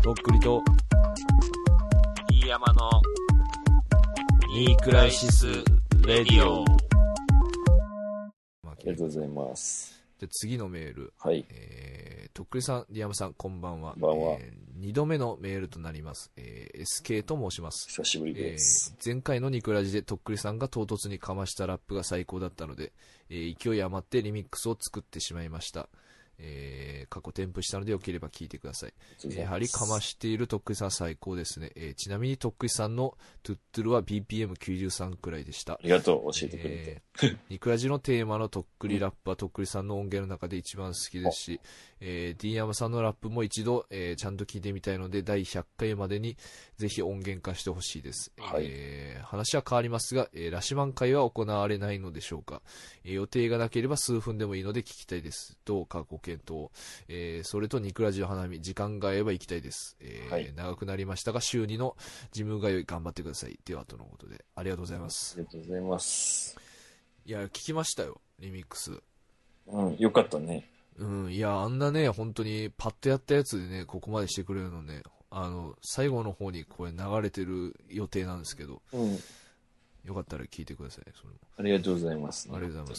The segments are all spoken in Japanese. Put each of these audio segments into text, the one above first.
とっくりと飯山のニークライシスレディオ。 ありがとうございます。 で、次のメール。 はい。 とっくりさん、リアムさん、こんばんは。 こんばんは。 2度目のメールとなります。SK と申します。 久しぶりです。 前回のニクラジでとっくりさんが唐突にかましたラップが最高だったので、勢い余ってリミックスを作ってしまいました。過去添付したのでよければ聞いてください。やはりかましているとっくりさん最高ですね。ちなみにとっくりさんのトゥットゥルは BPM93 くらいでした。 ありがとう、教えてくれて。 ニクラジのテーマのとっくりラップはとっくりさんの音源の中で一番好きですし、D 山さんのラップも一度、ちゃんと聞いてみたいので第100回までにぜひ音源化してほしいです。 はい。 話は変わりますが、ラシマン会は行われないのでしょうか。予定がなければ数分でもいいので聞きたいです。どうかご検討。それとニクラジの花見、時間が合えば行きたいです。 はい、 長くなりましたが、週2のジム通い頑張ってください。では、とのことで、ありがとうございます。 ありがとうございます。 いや、聞きましたよ、リミックス。 うん、よかったね。 うん、いや、あんなね、本当にパッとやったやつでね、ここまでしてくれるのね、最後の方にこれ流れてる予定なんですけど、 うん。 よかったら聞いてください、それも。 ありがとうございます、 ありがとうございます。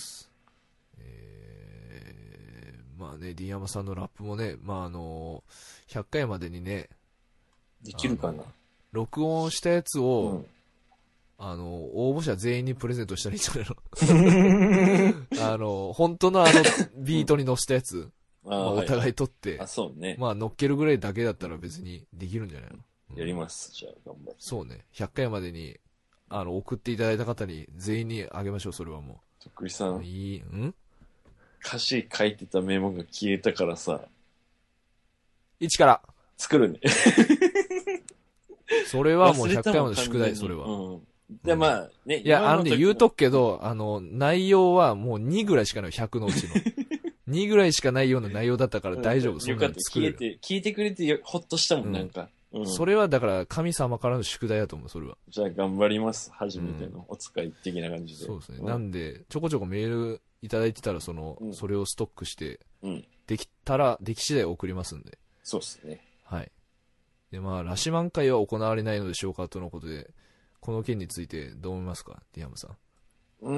まあね、D 山さんのラップもね、まあ100回までにね、 できるかな。 録音したやつを、 うん、 応募者全員にプレゼントしたらいいんじゃないの本当のビートに乗せたやつ、まあ、お互い撮って、 あ、そうね。 まあ乗っけるぐらいだけだったら別にできるんじゃないの、 やります、じゃあ頑張って。 そうね、100回までに、送っていただいた方に全員にあげましょう、それはもう。 とっくりさん。 歌詞書いてたメモが消えたからさ。 一から作るね。 それはもう100回まで宿題、それは。 うん。で、まあ、ね。 いや、言うとくけど、内容はもう2ぐらいしかない、100のうちの。2ぐらいしかないような内容だったから大丈夫、そんなの作れる。 聞いてくれてほっとしたもん、なんか。 それはだから神様からの宿題だと思う、それは。 じゃあ頑張ります、初めてのお使い的な感じで。 そうですね。なんで、ちょこちょこメールいただいてたら、それをストックして、でき次第送りますんで。 そうですね。 はい。で、まあ、ラシマン会は行われないのでしょうかとのことで、この件についてどう思いますか、ディアムさん。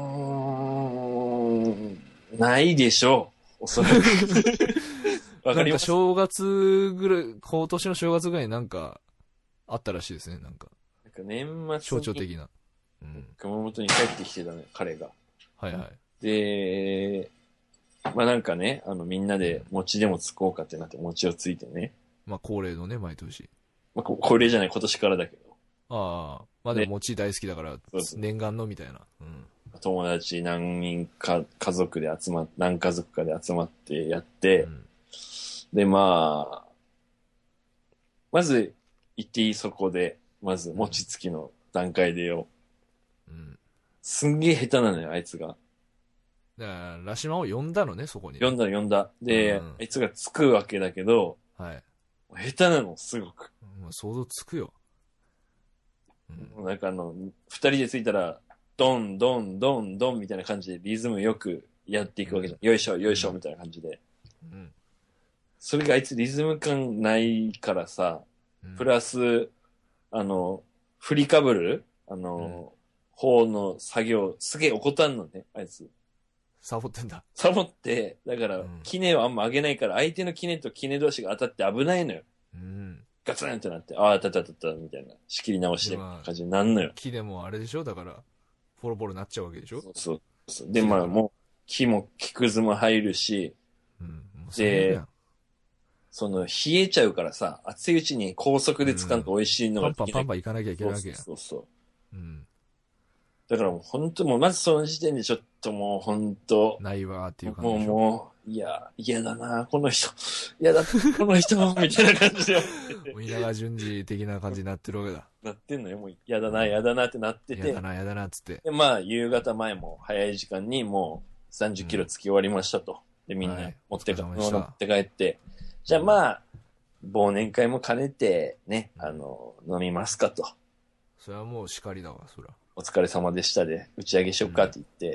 ないでしょう。おそらく。わかります。 正月ぐらい、今年の正月ぐらいになんか、あったらしいですね、なんか。 年末に。 象徴的な。 熊本に帰ってきてたね、彼が。 はいはい。 で、まあなんかね、みんなで餅でもつこうかってなって餅をついてね。 まあ恒例のね、毎年。 まあ恒例じゃない、今年からだけど。 ああ、まあでも餅大好きだから、念願のみたいな。 友達何人か、何家族かで集まってやって、で、まあ、まず、言っていいそこで、まず、餅つきの段階でよ。すんげえ下手なのよ、あいつが。 だから、ラシマを呼んだのね、そこに。 呼んだ。で、あいつがつくわけだけど、 はい。 下手なの、すごく。 想像つくよ。 なんか二人でついたら、ドン、ドン、ドン、ドンみたいな感じでリズムよくやっていくわけじゃん。よいしょ、よいしょ、みたいな感じで。それがあいつリズム感ないからさ、プラス、振りかぶる方の作業、すげえ怠んのね、あいつ。 サボってんだ。 サボって、だから、キネをあんま上げないから、相手のキネとキネ同士が当たって危ないのよ。ガツンってなって、ああ、当たった、みたいな。仕切り直して感じになんのよ。 木でもあれでしょだから、ポロポロなっちゃうわけでしょ。 そう。で、まあ、もう、木も木くずも入るし、で、冷えちゃうからさ、熱いうちに高速で使うと美味しいのがパンパンいかなきゃいけないわけや。 そう。だからもう本当もうまずその時点でちょっともう本当ないわーっていう感じでしょ。 もう、嫌だな、この人。嫌だ、この人、みたいな感じで。 稲川淳二的な感じになってるわけだ。 なってんのよ。もう嫌だなってなってて。 嫌だな、つって。 で、まあ、夕方前も早い時間にもう30キロつき終わりましたと。で、みんな持って帰って、じゃあまあ、忘年会も兼ねて、ね、飲みますかと。 それはもう叱りだわ、そら。 お疲れ様でしたで、打ち上げしよっかって言って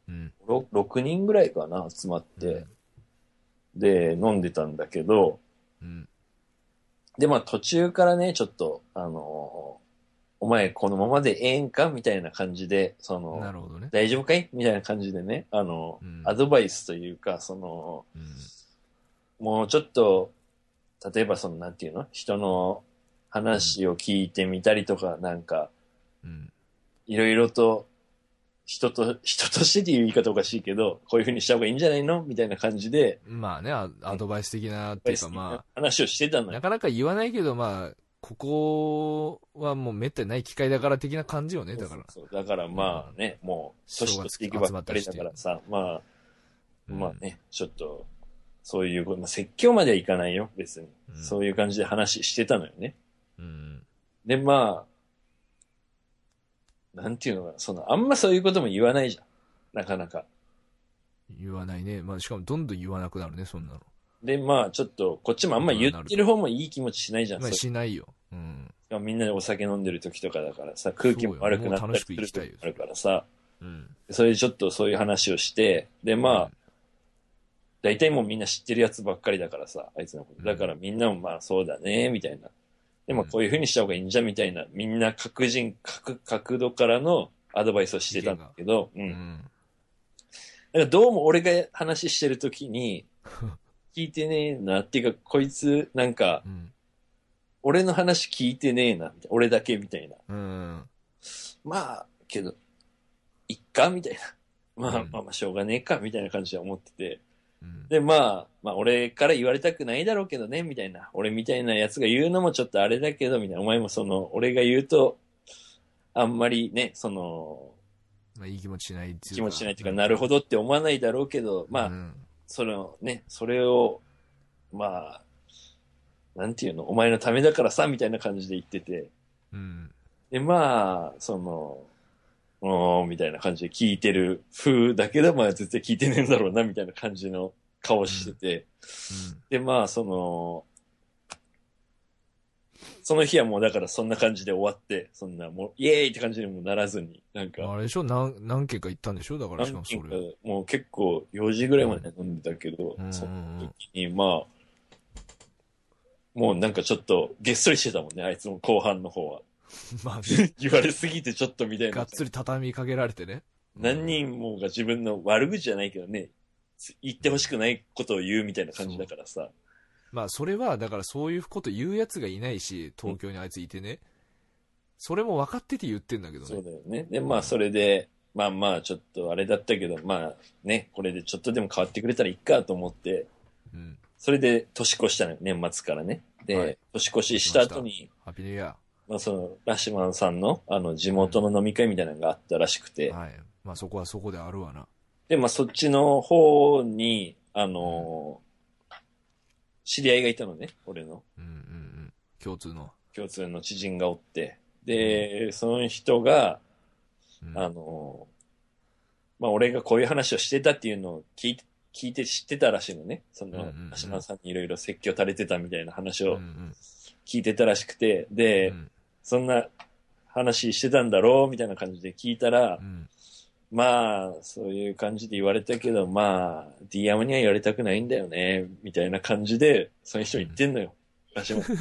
、6人ぐらいかな、集まって、で、飲んでたんだけど、 で、まあ途中からね、ちょっと、お前このままでええんかみたいな感じで、 なるほどね。 大丈夫かいみたいな感じでね、 うんアドバイスというか、 うん。 もうちょっと、例えばなんていうの人の話を聞いてみたりとか、なんか、 うん。 いろいろと、人としてっていう言い方おかしいけど、こういう風にした方がいいんじゃないのみたいな感じで、 まあね、アドバイス的なっていうかま話をしてたあ、 のよ。 なかなか言わないけどまあ、ここはもうめったにない機会だから的な感じよね、だから。 そうだからまあね、もう、年取っていくばっかりだからさ、まあ、まあね、ちょっと、そういう、まあ、説教まではいかないよ、別に。そういう感じで話してたのよね。 うん。 で、まあ、なんていうのかな、あんまそういうことも言わないじゃん。なかなか。 言わないね。まあしかもどんどん言わなくなるね、そんなの。 で、まあ、ちょっと、こっちもあんま言ってる方もいい気持ちしないじゃん。 まあしないよ。うん。 みんなでお酒飲んでる時とかだからさ、空気も悪くなったりする時もあるからさ、 うん。 それでちょっとそういう話をして、で、まあ、大体もうみんな知ってるやつばっかりだからさ、あいつのこと。だからみんなもまあそうだね、みたいな。でもこういう風にした方がいいんじゃ、みたいな、みんな角度からのアドバイスをしてたんだけど、うん。だからどうも俺が話してる時に、聞いてねえな、っていうか、こいつ、なんか、俺の話聞いてねえな、みたいな。俺だけみたいな。まあ、けど、いっかみたいな。まあ、しょうがねえか、みたいな感じで思ってて。で、まあ、俺から言われたくないだろうけどね、みたいな。俺みたいなやつが言うのもちょっとあれだけど、みたいな。お前も俺が言うと、あんまりね、 まあ、いい気持ちしないっていうか。 気持ちしないっていうか、なるほどって思わないだろうけど、まあ、それを、まあ、なんていうの、お前のためだからさ、みたいな感じで言ってて。で、まあ、みたいな感じで聞いてる風だけど、まあ絶対聞いてねえんだろうな、みたいな感じの顔してて。で、まあ、その日はもうだからそんな感じで終わって、そんなもう、イエーイって感じにもならずに、なんか。 あれでしょ何件か行ったんでしょだからしかもそれ。 もう結構4時ぐらいまで飲んでたけど、その時にまあ、もうなんかちょっとげっそりしてたもんね、あいつも後半の方は。まあ、ね、言われすぎてちょっとみたいな。 がっつり畳みかけられてね。 何人もが自分の悪口じゃないけどね、言ってほしくないことを言うみたいな感じだからさ。 まあそれはだからそういうこと言うやつがいないし、東京にあいついてね。それも分かってて言ってんだけどね。 そうだよね。で、まあそれで、まあまあちょっとあれだったけど、まあね、これでちょっとでも変わってくれたらいいかと思って、それで年越したのよ、年末からね。で、年越しした後に、 ハッピーニューイヤー。 まあラシマンさんの、地元の飲み会みたいなのがあったらしくて。 はい。まあそこはそこであるわな。 で、まあそっちの方に、知り合いがいたのね、俺の。 共通の知人がおって。で、その人が、まあ俺がこういう話をしてたっていうのを聞いて知ってたらしいのね。ラシマンさんにいろいろ説教垂れてたみたいな話を聞いてたらしくて、で、そんな話してたんだろうみたいな感じで聞いたら、まあ、そういう感じで言われたけど、まあ、ディアムには言われたくないんだよね、みたいな感じで、その人言ってんのよ。私も。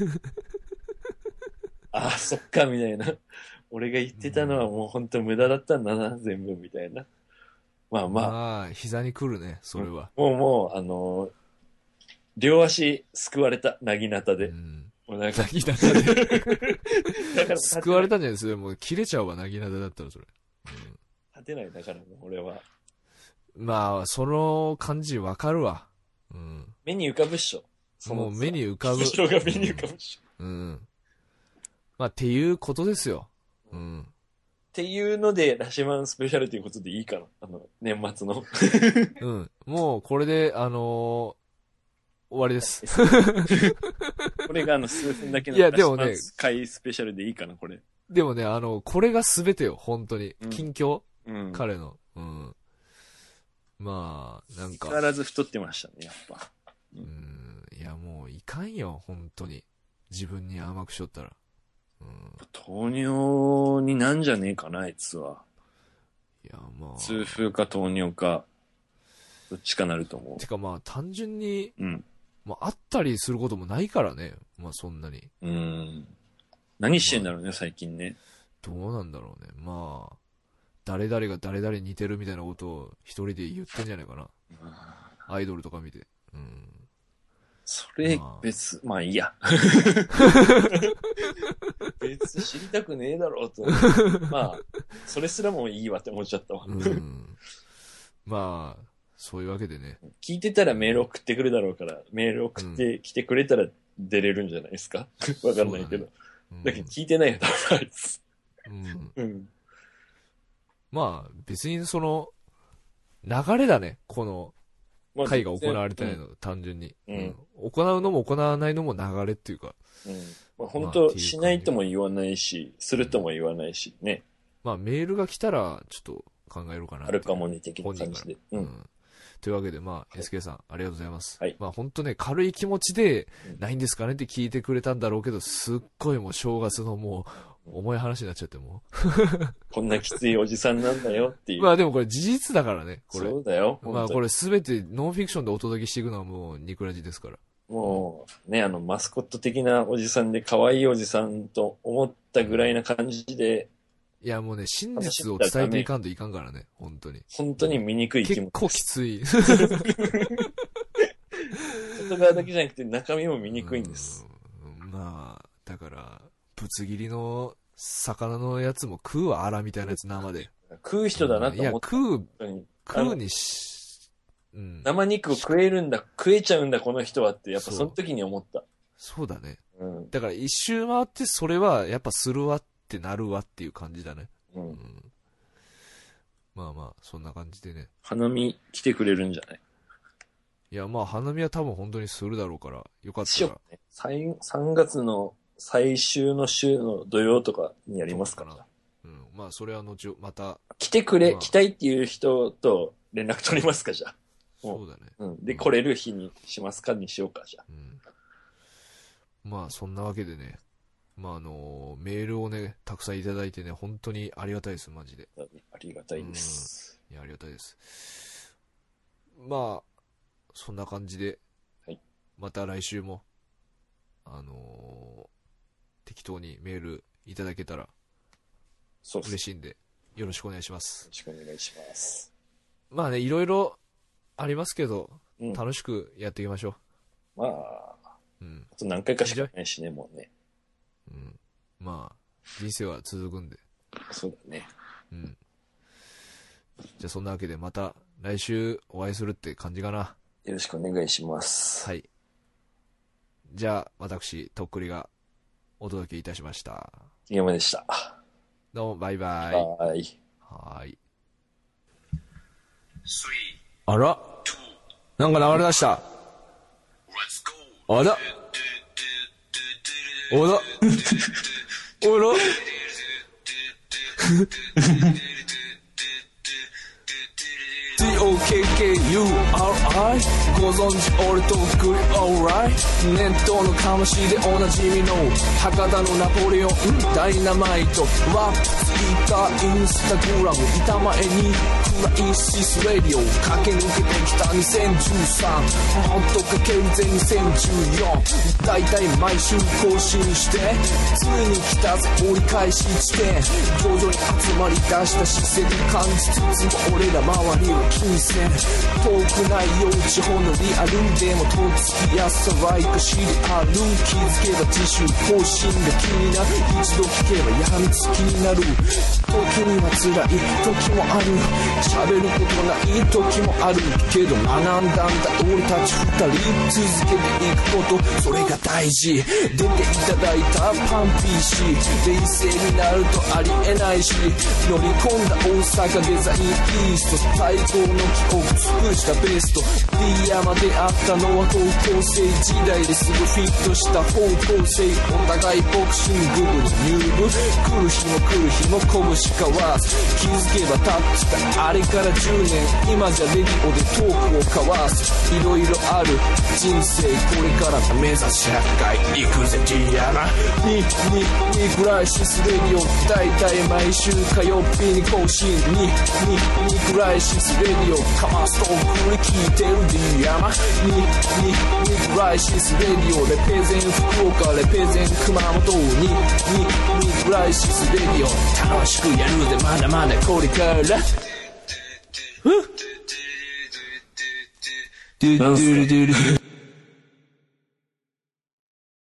ああ、そっか、みたいな。俺が言ってたのはもう本当無駄だったんだな、全部、みたいな。まあまあ。 まあ、膝に来るね、それは。 もう、両足救われた、なぎなたで。 なぎなたで。救われたんじゃないですか。もう切れちゃうわ、なぎなただったらそれ。 立てない、だからもう俺は。 まあ、その感じわかるわ。 目に浮かぶっしょ。 もう目に浮かぶ。 人が目に浮かぶっしょ。 まあ、っていうことですよ。 っていうので、ラシマンスペシャルということでいいかな。年末の。 もう、これで、終わりです。 これが数分だけのラシマン回スペシャルでいいかな、これ。 でもね、これが全てよ、本当に。近況、彼の。まあ、なんか。 変わらず太ってましたね、やっぱ。 いや、もういかんよ、本当に。自分に甘くしとったら。 糖尿になんじゃねえかな、あいつは。 いや、まあ。 痛風か糖尿か、どっちかなると思う。 てかまあ、単純に、 まあ、会ったりすることもないからね。まあ、そんなに。 何してんだろうね、最近ね。 どうなんだろうね。まあ、誰々が誰々に似てるみたいなことを一人で言ってんじゃないかな。アイドルとか見て。 それ、まあいいや。別知りたくねえだろうと。まあ、それすらもいいわって思っちゃったわ。 まあ、そういうわけでね。 聞いてたらメール送ってくるだろうから、メール送ってきてくれたら出れるんじゃないですか。わかんないけど。だけど聞いてないよ、多分あいつ。 まあ、別にその、流れだね、この会が行われてないの、単純に。行うのも行わないのも流れっていうか。 まあ、本当しないとも言わないし、するとも言わないしね。 まあ、メールが来たら、ちょっと考えるかな。 あるかもね、的な感じで。 というわけで、まあ、SK さん、ありがとうございます。 はい。 まあ、本当ね、軽い気持ちで、ないんですかねって聞いてくれたんだろうけど、すっごいもう正月のもう、重い話になっちゃってもこんなきついおじさんなんだよっていう。 まあでもこれ事実だからね、これ。 そうだよ。 まあこれすべてノンフィクションでお届けしていくのはもうニクラジですから。 もうね、マスコット的なおじさんで可愛いおじさんと思ったぐらいな感じで。 いやもうね、真実を伝えていかんといかんからね、本当に。 本当に醜い気持ち。 結構きつい。 外側だけじゃなくて中身も醜いんです。 まあ、だから、ぶつ切りの魚のやつも食うわ、アラみたいなやつ生で。 食う人だなと思った。 いや、食うにし、 生肉を食えるんだ、食えちゃうんだ、この人はって、やっぱその時に思った。 そうだね。だから一周回ってそれはやっぱするわってなるわっていう感じだね。まあまあ、そんな感じでね。 花見来てくれるんじゃない？ いや、まあ花見は多分本当にするだろうから、よかったら。 3月の最終の週の土曜とかにやりますから。 まあそれはまた。来たいっていう人と連絡取りますか、じゃあ。 そうだね。 で、来れる日にしますかにしようか、じゃあ。 まあそんなわけでね。まあメールをね、たくさんいただいてね、本当にありがたいです、マジで。 ありがたいです。 いや、ありがたいです。まあ、そんな感じで、また来週も、適当にメールいただけたら、嬉しいんで、よろしくお願いします。 よろしくお願いします。 まあね、いろいろありますけど、楽しくやっていきましょう。まあ、あと何回かしかないしね、もうね。 まあ、人生は続くんで。 そうだね。 じゃあそんなわけでまた来週お会いするって感じかな。 よろしくお願いします。 はい。じゃあ私、とっくりがお届けいたしました。 山でした。 どうも、バイバイ。 はい。 はい。あら、なんか流れ出した。あら、あら、あら。TOKKURI ご存知俺とっくり alright 念頭のかましでおなじみの博多のナポレオンダイナマイトラップツイッターインスタグラム板前にクライシスレディオ駆け抜けてきた2013もっとかけるぜ2014だいたい毎週更新してついに来たぜ折り返し地点徐々に集まり出した視線に感じつつも俺ら周りは金銭遠くないよ地方のリアルでもとっつきやすさはいかしである気づけば自主更新が気になる一度聞けばやみつきになる時には辛い時もある喋ることない時もあるけど学んだんだ俺たち二人続けていくことそれが大事出ていただいたパンピーシ冷静になるとありえないし乗り込んだ大阪デザインイースト最高の記憶尽くしたベスト D 山であったのは高校生時代ですぐフィットした方向性お互いボクシング部に入部来る日も来る日も拳交わす気づけば経ってたあれから10年今じゃレディオでトークを交わすいろいろある人生これから目指す社会行くぜ D 山にクライシスレディオだいたい毎週火曜日に更新にクライシスレディオかますと送り聞いてる D 山山にライシスレディオレペゼン福岡レペゼン熊本にライシスレディオ楽しくやるぜまだまだこれからなんすか